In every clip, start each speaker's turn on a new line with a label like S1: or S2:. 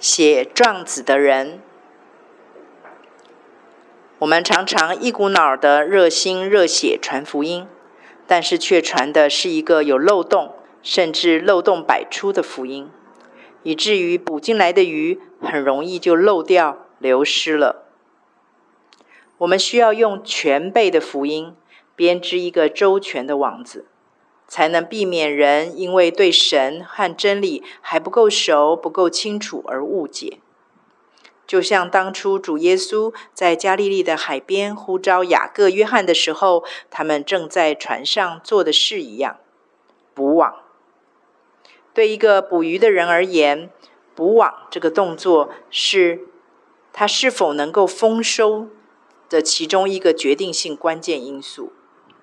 S1: 写状子的人，我们常常一股脑的热心热血传福音，但是却传的是一个有漏洞，甚至漏洞百出的福音，以至于捕进来的鱼很容易就漏掉流失了。我们需要用全备的福音编织一个周全的网子，才能避免人因为对神和真理还不够熟、不够清楚而误解。就像当初主耶稣在加利利的海边呼召雅各、约翰的时候，他们正在船上做的事一样，捕网。对一个捕鱼的人而言，捕网这个动作是他是否能够丰收的其中一个决定性关键因素。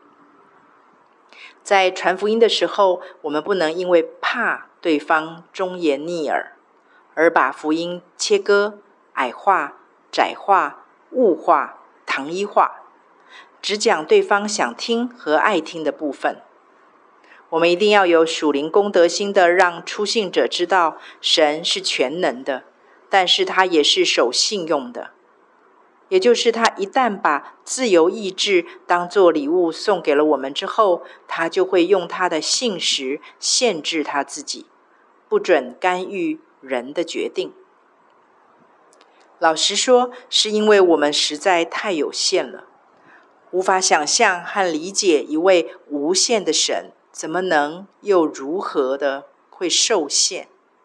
S1: 在传福音的时候，我们不能因为怕对方忠言逆耳，而把福音切割、矮化、窄化、物化、糖衣化，只讲对方想听和爱听的部分。我们一定要有属灵公德心的，让初信者知道神是全能的，但是他也是守信用的。也就是他一旦把自由意志当作礼物送给了我们之后，他就会用他的信实限制他自己，不准干预人的决定。老实说，是因为我们实在太有限了，无法想象和理解一位无限的神怎么能又如何的会受限。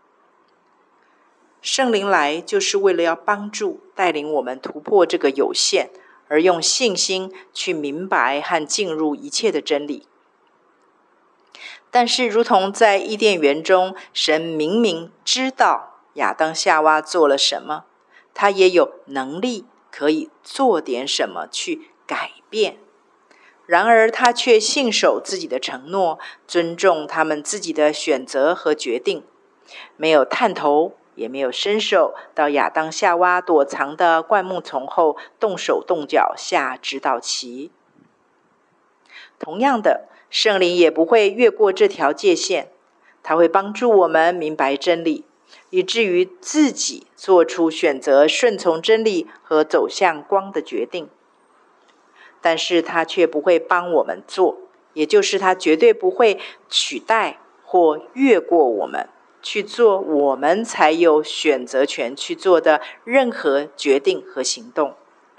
S1: 圣灵来就是为了要帮助带领我们突破这个有限，而用信心去明白和进入一切的真理。但是如同在伊甸园中，神明明知道亚当夏娃做了什么，他也有能力可以做点什么去改变，然而他却信守自己的承诺，尊重他们自己的选择和决定，没有探头也没有伸手到亚当夏娃躲藏的灌木丛后动手动脚下指导棋。同样的，圣灵也不会越过这条界限，他会帮助我们明白真理，以至于自己做出选择顺从真理和走向光的决定。但是他却不会帮我们做，也就是他绝对不会取代或越过我们去做我们才有选择权去做的任何决定和行动。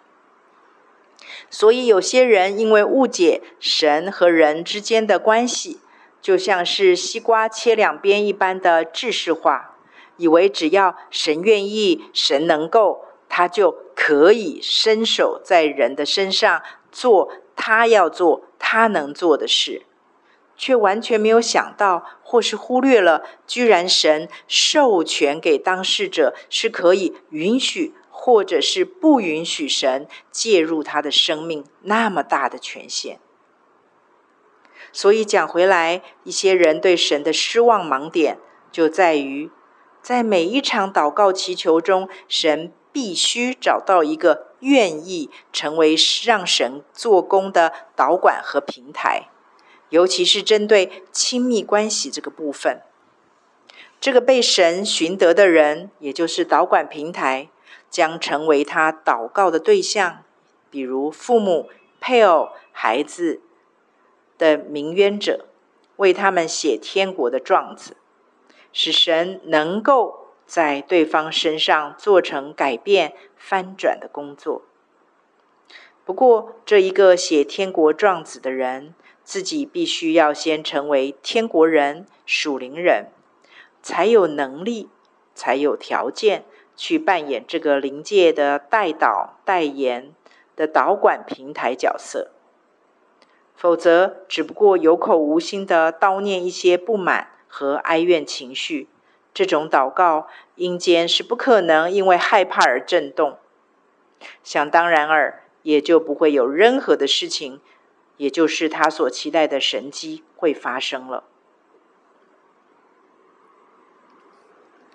S1: 所以有些人因为误解神和人之间的关系，就像是西瓜切两边一般的制式化，以为只要神愿意，神能够，他就可以伸手在人的身上做他要做他能做的事，却完全没有想到或是忽略了，居然神授权给当事者是可以允许或者是不允许神介入他的生命那么大的权限。所以讲回来，一些人对神的失望盲点就在于，在每一场祷告祈求中，神必须找到一个愿意成为让神做工的导管和平台，尤其是针对亲密关系这个部分。这个被神寻得的人，也就是导管平台，将成为他祷告的对象，比如父母、配偶、孩子的鸣冤者，为他们写天国的状子，使神能够在对方身上做成改变、翻转的工作。不过，这一个写天国状子的人，自己必须要先成为天国人、属灵人，才有能力，才有条件去扮演这个灵界的代导、代言的导管平台角色。否则，只不过有口无心的叨念一些不满和哀怨情绪，这种祷告阴间是不可能因为害怕而震动，想当然尔，也就不会有任何的事情，也就是他所期待的神迹会发生了。